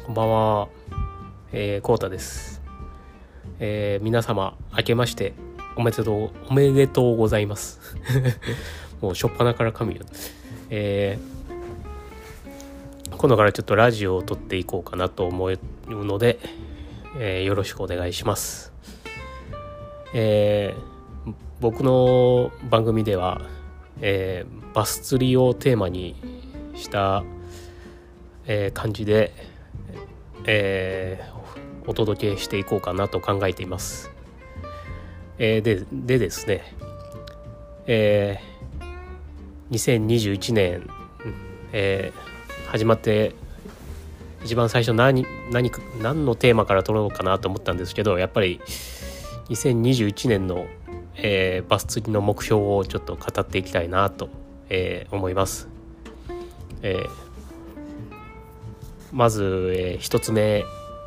こんばんは、コウタです。皆様明けましておめでとうございますもう初っ端から神よ、今度からちょっとラジオを撮っていこうかなと思うので、よろしくお願いします。僕の番組では、バス釣りをテーマにした、感じで、お届けしていこうかなと考えています。でですね、2021年、始まって一番最初何のテーマから撮ろうかなと思ったんですけど、やっぱり2021年の、バス釣りの目標をちょっと語っていきたいなと、思います。まず、一つ目、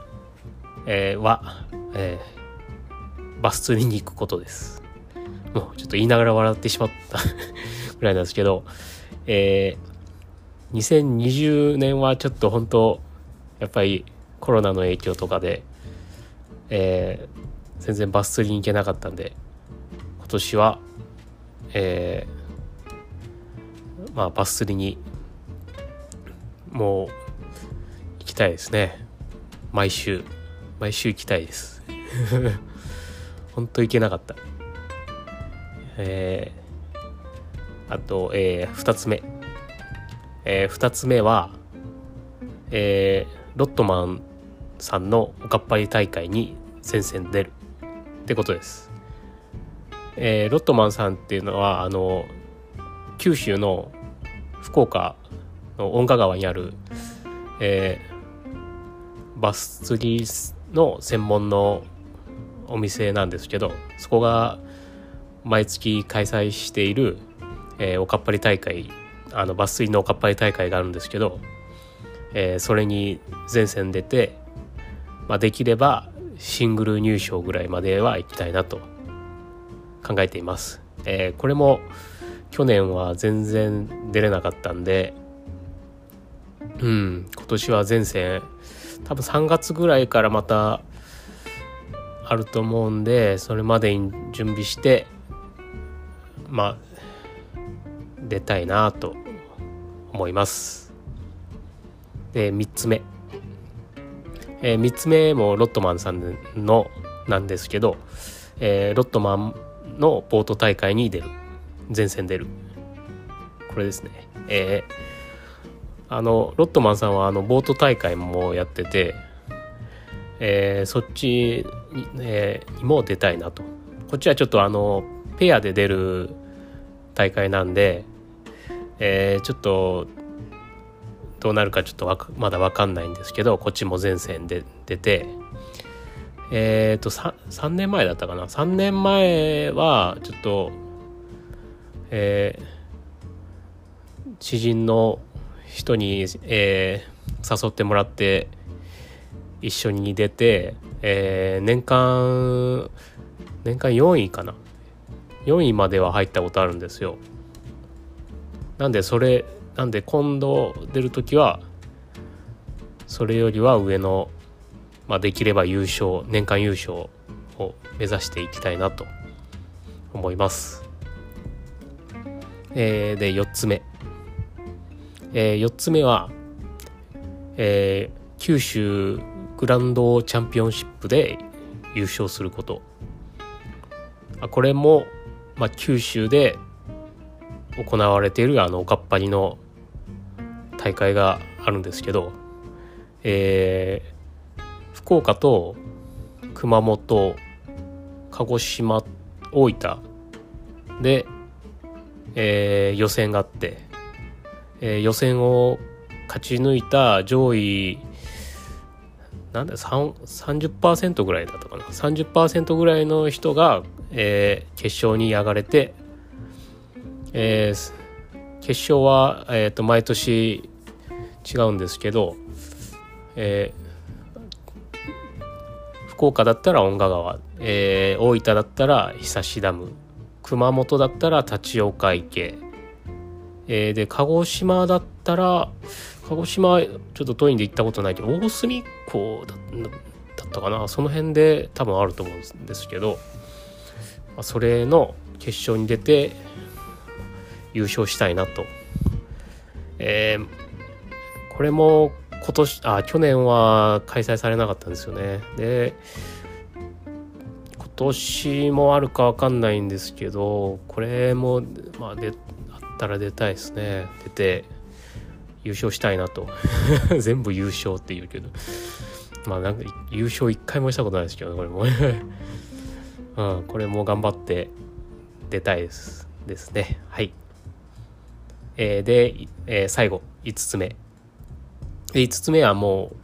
は、バス釣りに行くことです。もうちょっと言いながら笑ってしまったぐらいなんですけど、2020年はちょっと本当やっぱりコロナの影響とかで、全然バス釣りに行けなかったんで、今年は、バス釣りにもう行きたいですね。毎週行きたいです本当行けなかった。あと、2つ目、2つ目は、ロットマンさんのおかっぱり大会に前線出るってことです。ロットマンさんっていうのは九州の福岡の遠賀川にある、バス釣りの専門のお店なんですけど、そこが毎月開催している、おかっぱり大会、バス釣りのおかっぱり大会があるんですけど、それに前線出て、できればシングル入賞ぐらいまでは行きたいなと考えています。これも去年は全然出れなかったんで、今年は前線多分3月ぐらいからまたあると思うんで、それまでに準備して出たいなと思います。で3つ目もロットマンさんのなんですけど、ロットマンのボート大会に前線出る、これですね。ロットマンさんはボート大会もやってて、そっちに、にも出たいなと。こっちはちょっとペアで出る大会なんで、ちょっとどうなるかちょっとまだ分かんないんですけど、こっちも前線で出て、3年前だったかな。3年前はちょっと、知人の人に、誘ってもらって一緒に出て、年間4位かな、4位までは入ったことあるんですよ。なんで今度出るときはそれよりは上の、できれば年間優勝を目指していきたいなと思います。で4つ目は、九州グランドチャンピオンシップで優勝すること。これも、九州で行われているおかっぱりの大会があるんですけど、福岡と熊本、鹿児島、大分で、予選があって、予選を勝ち抜いた上位30% ぐらいだったかな、30% ぐらいの人が、決勝に上がれて、決勝は、毎年違うんですけど、福岡だったら遠賀川、大分だったら久志ダム、熊本だったら立岡池、 で鹿児島だったら、鹿児島ちょっと遠いんで行ったことないけど、大隅港だったかな、その辺で多分あると思うんですけど、それの決勝に出て優勝したいなと。これも去年は開催されなかったんですよね。で今年もあるか分かんないんですけど、これもあったら出たいですね。出て優勝したいなと全部優勝って言うけど、なんか優勝1回もしたことないですけど、これもこれも頑張って出たいですね。はい。で、最後5つ目。5つ目は琵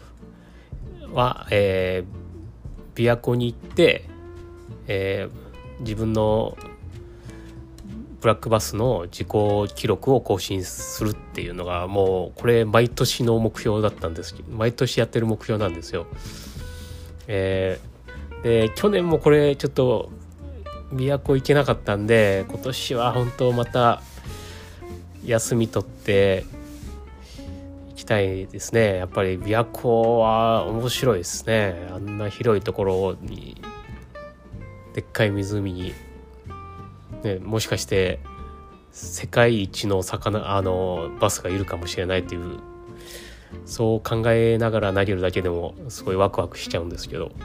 琶湖に行って、自分のブラックバスの自己記録を更新するっていうのが、もうこれ毎年の目標だったんですけど、毎年やってる目標なんですよ。で去年もこれちょっと琵琶湖行けなかったんで、今年は本当また休み取って行きたいですね。やっぱり琵琶湖は面白いですね。あんな広いところにでっかい湖に、もしかして世界一のバスがいるかもしれないっていう、そう考えながら投げるだけでもすごいワクワクしちゃうんですけど、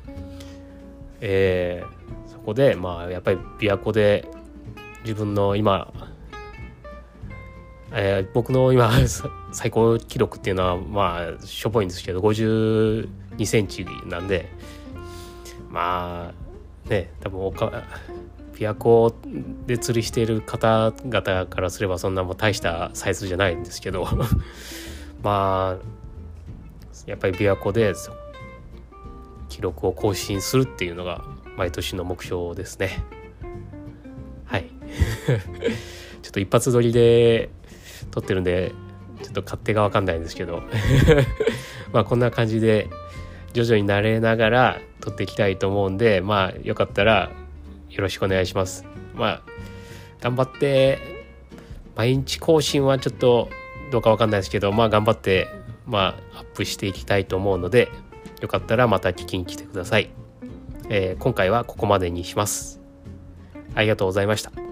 そこでやっぱり琵琶湖で自分の今、僕の今最高記録っていうのはしょぼいんですけど52センチなんで、多分琵琶湖で釣りしている方々からすればそんなもう大したサイズじゃないんですけどやっぱり琵琶湖で記録を更新するっていうのが毎年の目標ですね。はいちょっと一発撮りで撮ってるんでちょっと勝手が分かんないんですけどこんな感じで徐々に慣れながら撮っていきたいと思うんで、よかったらよろしくお願いします。頑張って毎日更新はちょっとどうか分かんないですけど、頑張ってアップしていきたいと思うので、よかったらまた聞きに来てください。今回はここまでにします。ありがとうございました。